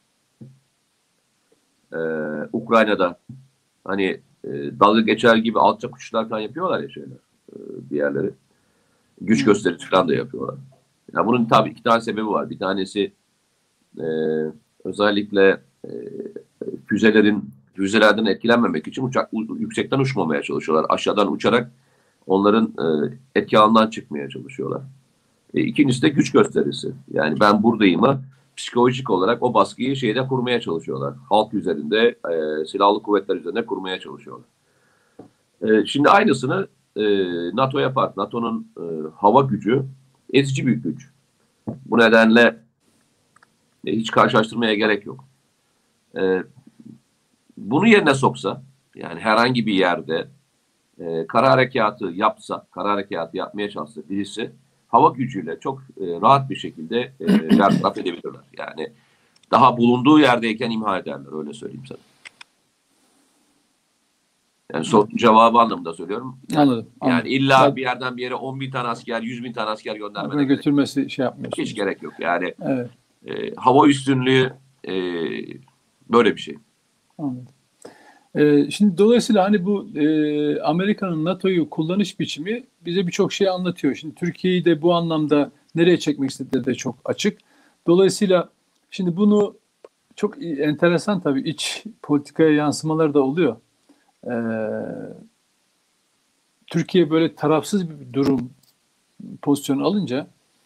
S1: Ukrayna'da hani dalga geçer gibi alçak uçuşlar falan yapıyorlar ya diğerleri. Güç gösterisi falan da yapıyorlar. Yani bunun tabii iki tane sebebi var. Bir tanesi özellikle füzelerden etkilenmemek için yüksekten uçmamaya çalışıyorlar. Aşağıdan uçarak onların etki alanından çıkmaya çalışıyorlar. İkincisi de güç gösterisi. Yani ben buradayım'a psikolojik olarak o baskıyı kurmaya çalışıyorlar. Halk üzerinde, silahlı kuvvetler üzerinde kurmaya çalışıyorlar. Şimdi aynısını NATO yapar. NATO'nun hava gücü ezici bir güç. Bu nedenle hiç karşılaştırmaya gerek yok. Bunu yerine soksa, yani herhangi bir yerde kara harekatı yapsa, kara harekatı yapmaya çalışsa birisi hava gücüyle çok rahat bir şekilde bertaraf edebilirler. Yani daha bulunduğu yerdeyken imha ederler, öyle söyleyeyim sana. Yani sorunun cevabı anlamında söylüyorum.
S2: Anladım.
S1: Yani illa bir yerden bir yere 10.000 tane asker, 100.000 tane asker göndermene
S2: götürmesi şey yapmıyorsunuz.
S1: Hiç gerek yok. Yani
S2: evet.
S1: Hava üstünlüğü böyle bir şey.
S2: Anladım. Şimdi dolayısıyla hani bu Amerika'nın NATO'yu kullanış biçimi bize birçok şey anlatıyor. Şimdi Türkiye'yi de bu anlamda nereye çekmek istediği de çok açık. Dolayısıyla şimdi bunu çok enteresan tabii iç politikaya yansımaları da oluyor. Türkiye böyle tarafsız bir durum pozisyonu alınca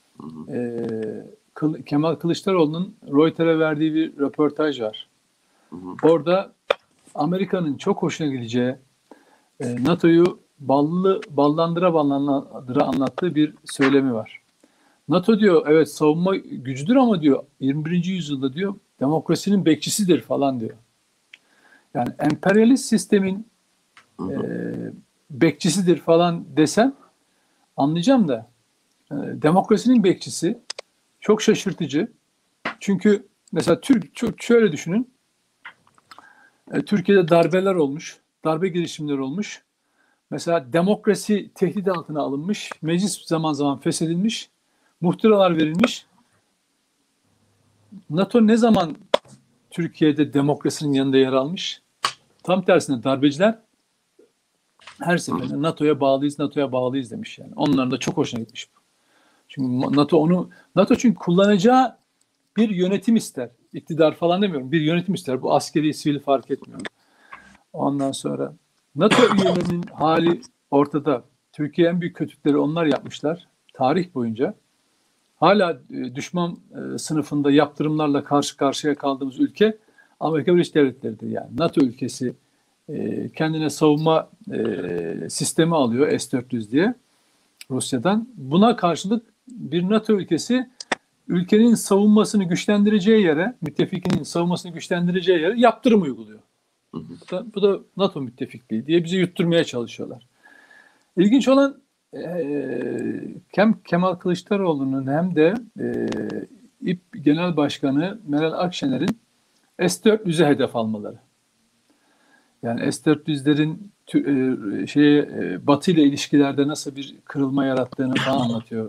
S2: Kemal Kılıçdaroğlu'nun Reuters'e verdiği bir röportaj var. Orada Amerika'nın çok hoşuna gideceği NATO'yu ballandıra anlattığı bir söylemi var. NATO diyor evet savunma gücüdür ama diyor 21. yüzyılda diyor demokrasinin bekçisidir falan diyor. Yani emperyalist sistemin bekçisidir falan desem anlayacağım da demokrasinin bekçisi çok şaşırtıcı. Çünkü mesela şöyle düşünün. Türkiye'de darbeler olmuş, darbe girişimleri olmuş. Mesela demokrasi tehdit altına alınmış, meclis zaman zaman feshedilmiş, muhtıralar verilmiş. NATO ne zaman Türkiye'de demokrasinin yanında yer almış? Tam tersine darbeciler her seferinde NATO'ya bağlıyız, NATO'ya bağlıyız demiş yani. Onların da çok hoşuna gitmiş bu. Çünkü NATO çünkü kullanacağı bir yönetim ister. İktidar falan demiyorum. Bir yönetim ister. Bu askeri, sivil fark etmiyor. Ondan sonra NATO üyelerinin hali ortada. Türkiye en büyük kötülükleri onlar yapmışlar. Tarih boyunca. Hala düşman sınıfında yaptırımlarla karşı karşıya kaldığımız ülke Amerika Birleşik Devletleri'dir. Yani NATO ülkesi kendine savunma sistemi alıyor S-400 diye Rusya'dan. Buna karşılık bir NATO ülkesi ülkenin savunmasını güçlendireceği yere, müttefikinin savunmasını güçlendireceği yere yaptırım uyguluyor. Bu da NATO müttefikliği diye bizi yutturmaya çalışıyorlar. İlginç olan hem Kemal Kılıçdaroğlu'nun hem de İP Genel Başkanı Meral Akşener'in S-400'e hedef almaları. Yani S-400'lerin Batı ile ilişkilerde nasıl bir kırılma yarattığını falan anlatıyor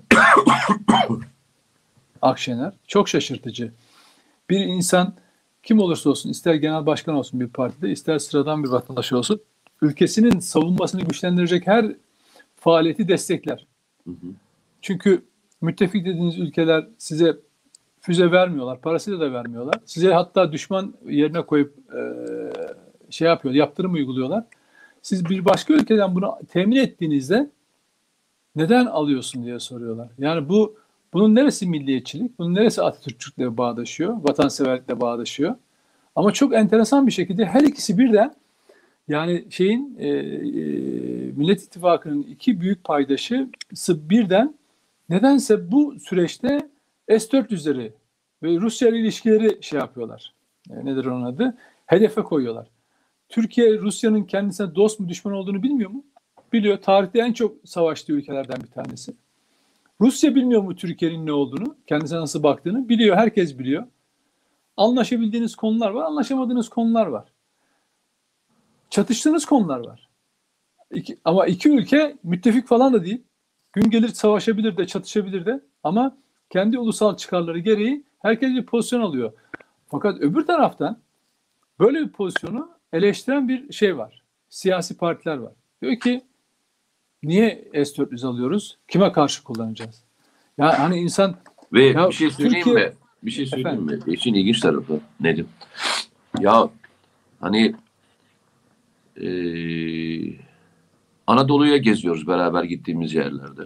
S2: Akşener. Çok şaşırtıcı. Bir insan kim olursa olsun, ister genel başkan olsun bir partide, ister sıradan bir vatandaş olsun, ülkesinin savunmasını güçlendirecek her faaliyeti destekler. Çünkü müttefik dediğiniz ülkeler size füze vermiyorlar, parasıyla da vermiyorlar. Size hatta düşman yerine koyup yaptırım uyguluyorlar. Siz bir başka ülkeden bunu temin ettiğinizde neden alıyorsun diye soruyorlar. Yani bunun neresi milliyetçilik, bunun neresi Atatürkçülükle bağdaşıyor, vatanseverlikle bağdaşıyor. Ama çok enteresan bir şekilde her ikisi birden yani Millet İttifakı'nın iki büyük paydaşısı birden nedense bu süreçte S-400'leri ve Rusya ile ilişkileri yapıyorlar. Nedir onun adı? Hedefe koyuyorlar. Türkiye Rusya'nın kendisine dost mu düşman olduğunu bilmiyor mu? Biliyor. Tarihte en çok savaştığı ülkelerden bir tanesi. Rusya bilmiyor mu Türkiye'nin ne olduğunu? Kendisine nasıl baktığını? Biliyor. Herkes biliyor. Anlaşabildiğiniz konular var. Anlaşamadığınız konular var. Çatıştığınız konular var. Ama iki ülke müttefik falan da değil. Gün gelir savaşabilir de, çatışabilir de. Ama kendi ulusal çıkarları gereği herkes bir pozisyon alıyor. Fakat öbür taraftan böyle bir pozisyonu eleştiren bir şey var. Siyasi partiler var. Diyor ki niye S-400 alıyoruz? Kime karşı kullanacağız? Ya hani insan
S1: ve bir şey söyleyeyim mi? Bir şey söyleyeyim mi? İşin ilginç tarafı Nedim. Ya hani Anadolu'ya geziyoruz beraber gittiğimiz yerlerde.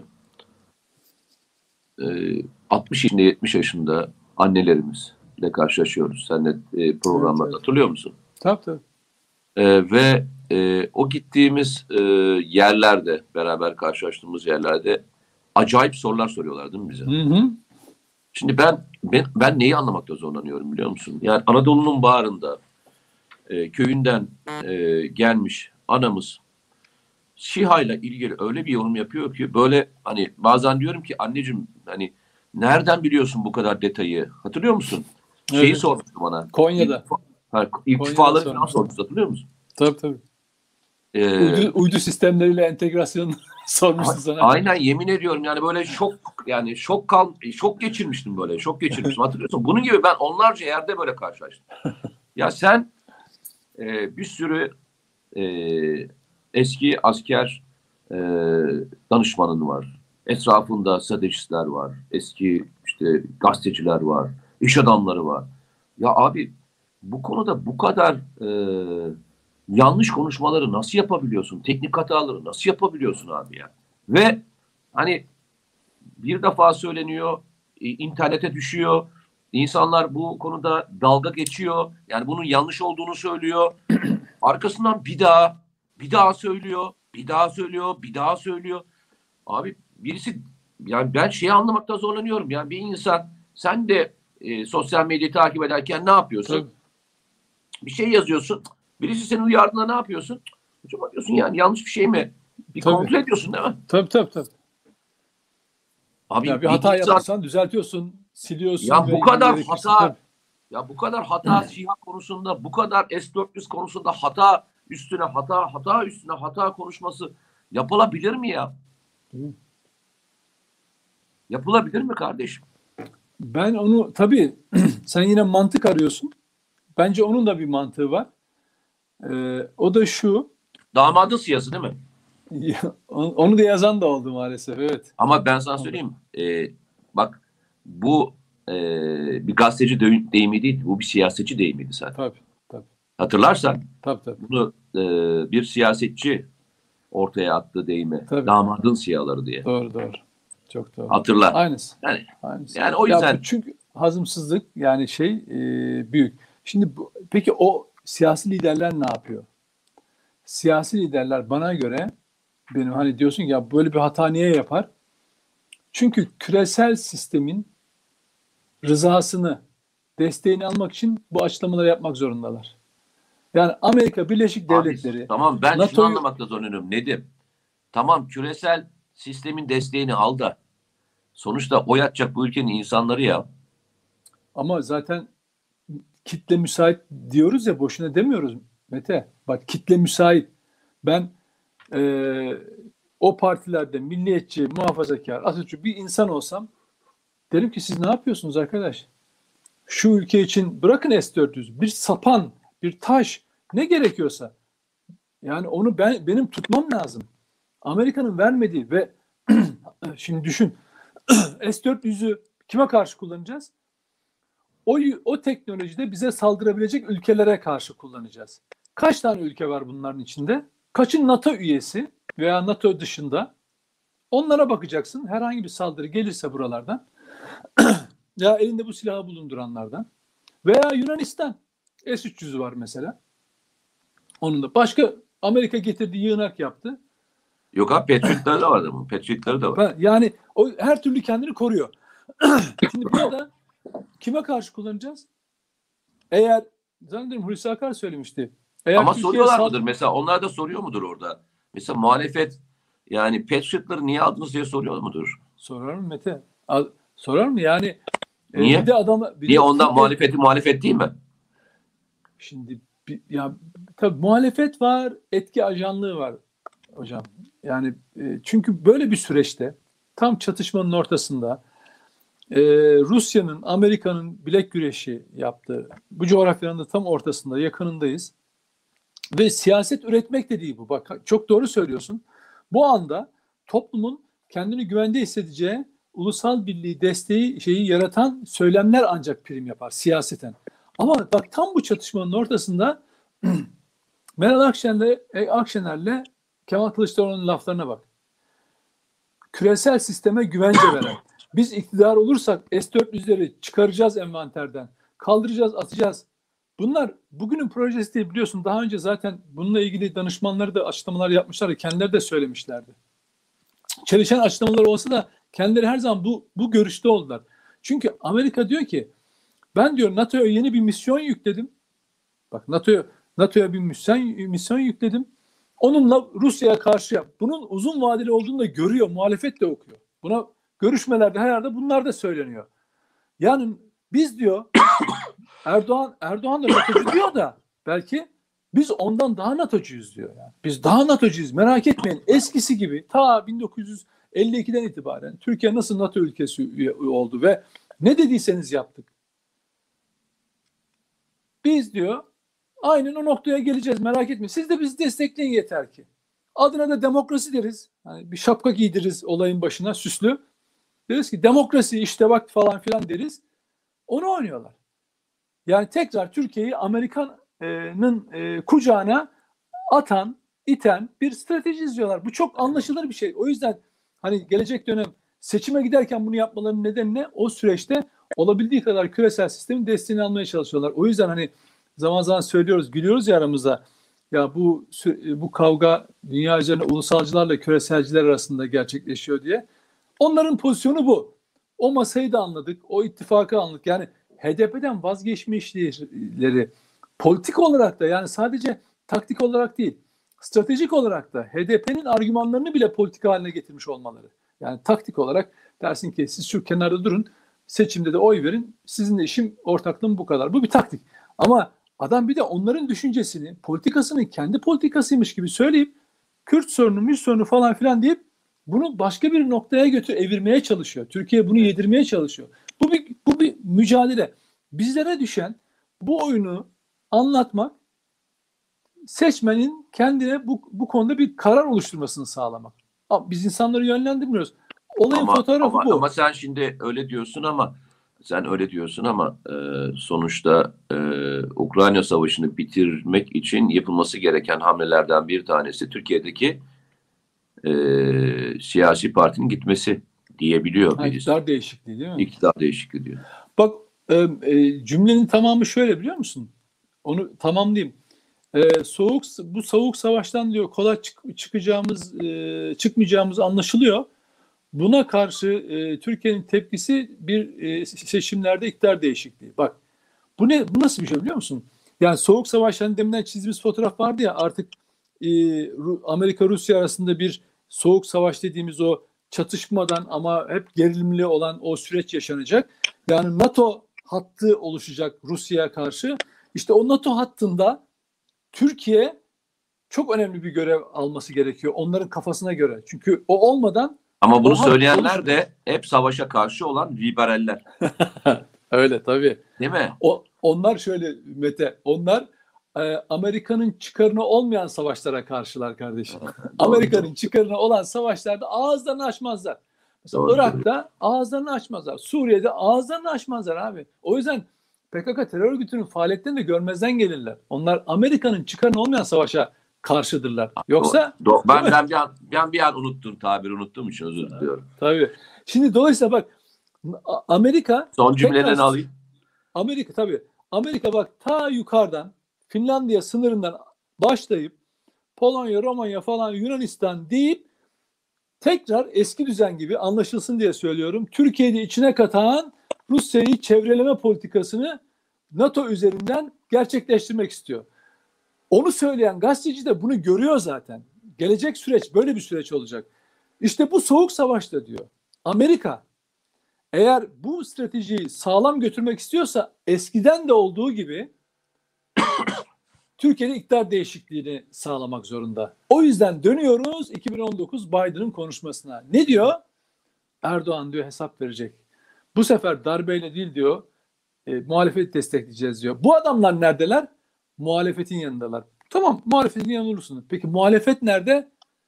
S1: 60 yaşında 70 yaşında annelerimizle karşılaşıyoruz. Sen de programlarda evet. Hatırlıyor musun?
S2: Tabii.
S1: Ve o gittiğimiz yerlerde, beraber karşılaştığımız yerlerde acayip sorular soruyorlar değil mi bize?
S2: Hı.
S1: Şimdi ben neyi anlamakta zorlanıyorum biliyor musun? Yani Anadolu'nun bağrında köyünden gelmiş anamız SİHA ile ilgili öyle bir yorum yapıyor ki böyle hani bazen diyorum ki anneciğim hani nereden biliyorsun bu kadar detayı? Hatırlıyor musun? Şeyi
S2: Evet.
S1: sormuştu bana.
S2: Konya'da. Konya'da
S1: İrtifaları falan
S2: sormuştum.
S1: sormuştu hatırlıyor musun?
S2: Tabii tabii.
S1: Ee,
S2: Uydu sistemleriyle entegrasyon sormuştu sana.
S1: aynen yemin ediyorum yani böyle şok geçirmiştim böyle. Şok geçirmiştim hatırlıyorsun. Bunun gibi ben onlarca yerde böyle karşılaştım. Ya sen bir sürü e, eski asker e, danışmanın var. Etrafında stratejistler var. Eski işte gazeteciler var. İş adamları var. Ya abi bu konuda bu kadar yanlış konuşmaları nasıl yapabiliyorsun? Teknik hataları nasıl yapabiliyorsun abi ya? Ve hani bir defa söyleniyor, internete düşüyor. İnsanlar bu konuda dalga geçiyor. Yani bunun yanlış olduğunu söylüyor. Arkasından bir daha söylüyor, bir daha söylüyor, bir daha söylüyor. Abi birisi yani ben şeyi anlamakta zorlanıyorum. Yani bir insan sen de sosyal medyayı takip ederken ne yapıyorsun?
S2: Tabii.
S1: Bir şey yazıyorsun. Birisi seni uyardığında ne yapıyorsun? Acaba diyorsun yani yanlış bir şey mi? Bir
S2: Tabii.
S1: kontrol ediyorsun değil mi?
S2: Tabii tabii tabii. Ya
S1: Abi
S2: bir
S1: bir
S2: hata
S1: insan
S2: yaptıysan düzeltiyorsun, siliyorsun
S1: ya
S2: ve
S1: bu kadar
S2: gerekirse tabii.
S1: hata ya bu kadar hata SİHA konusunda bu kadar S-400 konusunda hata üstüne hata hata üstüne hata konuşması yapılabilir mi ya? Yapılabilir mi kardeşim?
S2: Ben onu tabii sen yine mantık arıyorsun. Bence onun da bir mantığı var. O da şu.
S1: Damadın siyasi değil mi?
S2: Onu da yazan da oldu maalesef. Evet.
S1: Ama ben sana söyleyeyim. Bak bu e, bir gazeteci deyimi değil. Bu bir siyasetçi deyimiydi zaten.
S2: Tabii. Tabii.
S1: Hatırlarsan
S2: Tabii tabii.
S1: bunu bir siyasetçi ortaya attığı deyimi.
S2: Tabii.
S1: Damadın siyaları diye.
S2: Doğru doğru. Çok doğru.
S1: Hatırla.
S2: Aynısı.
S1: Yani,
S2: Aynısı.
S1: yani o
S2: Ya bu
S1: yüzden
S2: çünkü hazımsızlık yani büyük. Şimdi peki o siyasi liderler ne yapıyor? Siyasi liderler bana göre benim hani diyorsun ki ya böyle bir hata niye yapar? Çünkü küresel sistemin rızasını, desteğini almak için bu açıklamaları yapmak zorundalar. Yani Amerika Birleşik
S1: abi
S2: Devletleri,
S1: tamam ben şunu
S2: NATO'yu
S1: anlamakta zorlanıyorum. Nedim? Tamam küresel sistemin desteğini al da sonuçta oy atacak bu ülkenin insanları ya.
S2: ama zaten kitle müsait diyoruz ya boşuna demiyoruz Mete. Bak kitle müsait. Ben e, o partilerde milliyetçi, muhafazakar, Atatürkçü bir insan olsam derim ki siz ne yapıyorsunuz arkadaş? Şu ülke için bırakın S-400, bir sapan, bir taş ne gerekiyorsa yani onu benim tutmam lazım. Amerika'nın vermediği ve şimdi düşün S-400'ü kime karşı kullanacağız? O teknolojide bize saldırabilecek ülkelere karşı kullanacağız. Kaç tane ülke var bunların içinde? Kaçın NATO üyesi veya NATO dışında? Onlara bakacaksın. Herhangi bir saldırı gelirse buralardan ya elinde bu silahı bulunduranlardan veya Yunanistan S-300'ü var mesela. Onun da başka Amerika getirdiği yığınak yaptı.
S1: Yok abi Patriot'ları da var adamın. Patriot'ları da var.
S2: Yani o her türlü kendini koruyor. Şimdi burada kime karşı kullanacağız? Eğer zannederim Hulusi Akar söylemişti. Eğer
S1: Ama
S2: Türkiye
S1: soruyorlar mıdır mesela? Onlar da soruyor mudur orada? Mesela muhalefet yani Patriot'ları niye aldınız diye soruyor mudur?
S2: sorar mı Mete? Sorar mı? Yani bir
S1: Niye?
S2: de adama bir
S1: Niye
S2: de
S1: ondan
S2: kitle
S1: muhalefet değil mi?
S2: şimdi ya tabii muhalefet var, etki ajanlığı var hocam. Yani çünkü böyle bir süreçte tam çatışmanın ortasında Rusya'nın, Amerika'nın bilek güreşi yaptığı bu coğrafyanın da tam ortasında, yakınındayız. Ve siyaset üretmek de değil bu. Bak çok doğru söylüyorsun. Bu anda toplumun kendini güvende hissedeceği ulusal birliği, desteği şeyi yaratan söylemler ancak prim yapar siyaseten. Ama bak tam bu çatışmanın ortasında Meral Akşener'le Kemal Kılıçdaroğlu'nun laflarına bak. Küresel sisteme güvence veren. Biz iktidar olursak S-400'leri çıkaracağız envanterden. Kaldıracağız, atacağız. Bunlar bugünün projesi değil biliyorsun. Daha önce zaten bununla ilgili danışmanları da açıklamalar yapmışlardı. Kendileri de söylemişlerdi. Çelişen açıklamalar olsa da kendileri her zaman bu görüşte oldular. Çünkü Amerika diyor ki ben diyor NATO'ya yeni bir misyon yükledim. Bak NATO'ya bir misyon yükledim. Onunla Rusya'ya karşı bunun uzun vadeli olduğunu da görüyor, muhalefet de okuyor. Buna görüşmelerde her yerde bunlar da söyleniyor. Yani biz diyor Erdoğan da NATO'cu diyor da belki biz ondan daha NATO'cuyuz diyor. Yani. Biz daha NATO'cuyuz, merak etmeyin. Eskisi gibi ta 1952'den itibaren Türkiye nasıl NATO ülkesi oldu ve ne dediyseniz yaptık. Biz diyor aynen o noktaya geleceğiz, merak etmeyin. Siz de bizi destekleyin yeter ki. Adına da demokrasi deriz. Yani bir şapka giydiririz olayın başına süslü. Deriz ki demokrasi işte bak falan filan deriz. Onu oynuyorlar. Yani tekrar Türkiye'yi Amerika'nın kucağına atan, iten bir strateji izliyorlar. Bu çok anlaşılır bir şey. O yüzden hani gelecek dönem seçime giderken bunu yapmalarının nedeni ne? O süreçte olabildiği kadar küresel sistemin desteğini almaya çalışıyorlar. O yüzden hani zaman zaman söylüyoruz, gülüyoruz ya aramızda. Ya bu kavga dünya üzerinde ulusalcılarla küreselciler arasında gerçekleşiyor diye. Onların pozisyonu bu. O masayı da anladık, o ittifakı anladık. Yani HDP'den vazgeçme işleri politik olarak da yani sadece taktik olarak değil, stratejik olarak da HDP'nin argümanlarını bile politik haline getirmiş olmaları. Yani taktik olarak dersin ki siz şu kenarda durun, seçimde de oy verin, sizinle işim ortaklığım bu kadar. Bu bir taktik. Ama adam bir de onların düşüncesini, politikasının kendi politikasıymış gibi söyleyip Kürt sorunu, Mürt sorunu falan filan deyip bunu başka bir noktaya evirmeye çalışıyor. Türkiye bunu yedirmeye çalışıyor. Bu bir mücadele. Bizlere düşen bu oyunu anlatmak, seçmenin kendine bu konuda bir karar oluşturmasını sağlamak. Ama biz insanları yönlendirmiyoruz. Olayın fotoğrafı bu.
S1: Ama sen şimdi öyle diyorsun ama sonuçta Ukrayna Savaşı'nı bitirmek için yapılması gereken hamlelerden bir tanesi Türkiye'deki siyasi partinin gitmesi diyebiliyor birisi.
S2: İktidar değişikliği değil mi?
S1: İktidar değişikliği diyor.
S2: Bak cümlenin tamamı şöyle biliyor musun? Onu tamamlayayım. Bu soğuk savaştan diyor kolay çıkmayacağımız anlaşılıyor. Buna karşı Türkiye'nin tepkisi bir seçimlerde iktidar değişikliği. Bak bu nasıl bir şey biliyor musun? Yani soğuk savaş hani deminden çizdiğimiz fotoğraf vardı ya artık Amerika-Rusya arasında bir soğuk savaş dediğimiz o çatışmadan ama hep gerilimli olan o süreç yaşanacak. Yani NATO hattı oluşacak Rusya'ya karşı. İşte o NATO hattında Türkiye çok önemli bir görev alması gerekiyor onların kafasına göre. Çünkü o olmadan
S1: ama bunu söyleyenler de hep savaşa karşı olan liberaller.
S2: Öyle tabii.
S1: Değil mi?
S2: Onlar şöyle Mete, onlar Amerika'nın çıkarına olmayan savaşlara karşılar kardeşim. Amerika'nın çıkarına olan savaşlarda ağızlarını açmazlar. Mesela doğru, Irak'ta ağızlarını açmazlar. Suriye'de ağızlarını açmazlar abi. O yüzden PKK terör örgütünün faaliyetlerini de görmezden gelirler. Onlar Amerika'nın çıkarına olmayan savaşa karşıdırlar. Yoksa
S1: ben bir an unuttuğum için özür diliyorum.
S2: Tabii. Şimdi dolayısıyla bak Amerika
S1: son cümleden alayım.
S2: Amerika bak ta yukarıdan Finlandiya sınırından başlayıp Polonya, Romanya falan Yunanistan deyip tekrar eski düzen gibi anlaşılsın diye söylüyorum. Türkiye'de içine katan Rusya'yı çevreleme politikasını NATO üzerinden gerçekleştirmek istiyor. Onu söyleyen gazeteci de bunu görüyor zaten. Gelecek süreç böyle bir süreç olacak. İşte bu soğuk savaşta diyor. Amerika eğer bu stratejiyi sağlam götürmek istiyorsa eskiden de olduğu gibi Türkiye'de iktidar değişikliğini sağlamak zorunda. O yüzden dönüyoruz 2019 Biden'ın konuşmasına. Ne diyor? Erdoğan diyor hesap verecek. Bu sefer darbeyle değil diyor muhalefeti destekleyeceğiz diyor. Bu adamlar neredeler? Muhalefetin yanındalar. Tamam muhalefetin yanında olursunuz. Peki muhalefet nerede?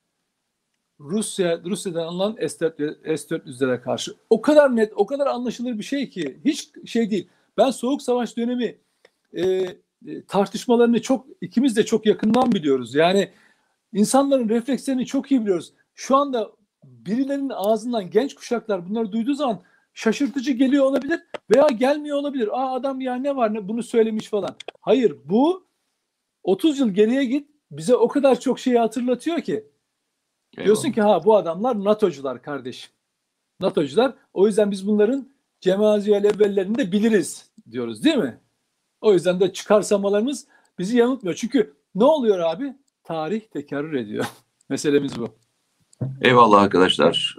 S2: Rusya'dan alınan S-400'lere karşı. O kadar net, o kadar anlaşılır bir şey ki hiç şey değil. Ben Soğuk Savaş dönemi tartışmalarını ikimiz de çok yakından biliyoruz. Yani insanların reflekslerini çok iyi biliyoruz. Şu anda birilerinin ağzından genç kuşaklar bunları duyduğu zaman şaşırtıcı geliyor olabilir veya gelmiyor olabilir. Adam ya ne var ne bunu söylemiş falan. Hayır bu 30 yıl geriye git bize o kadar çok şeyi hatırlatıyor ki. Eyvallah. Diyorsun ki bu adamlar NATO'cular kardeşim. NATO'cular. O yüzden biz bunların cemaziyel evvellerini de biliriz diyoruz değil mi? O yüzden de çıkarsamalarımız bizi yanıltmıyor. Çünkü ne oluyor abi? tarih tekerrür ediyor. Meselemiz bu.
S1: Eyvallah arkadaşlar.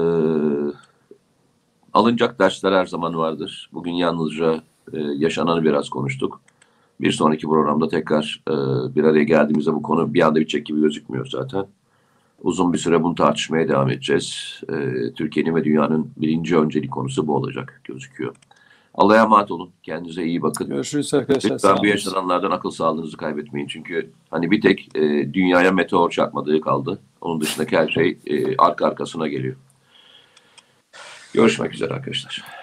S1: Alınacak dersler her zaman vardır. Bugün yalnızca yaşananı biraz konuştuk. Bir sonraki programda tekrar bir araya geldiğimizde bu konu bir anda bitecek gibi gözükmüyor zaten. Uzun bir süre bunu tartışmaya devam edeceğiz. Türkiye'nin ve dünyanın birinci öncelik konusu bu olacak gözüküyor. Allah'a emanet olun. Kendinize iyi bakın.
S2: Görüşürüz arkadaşlar.
S1: Lütfen bu yaşananlardan akıl sağlığınızı kaybetmeyin. Çünkü hani bir tek dünyaya meteor çarpmadığı kaldı. Onun dışındaki her şey arka arkasına geliyor. Görüşmek üzere arkadaşlar.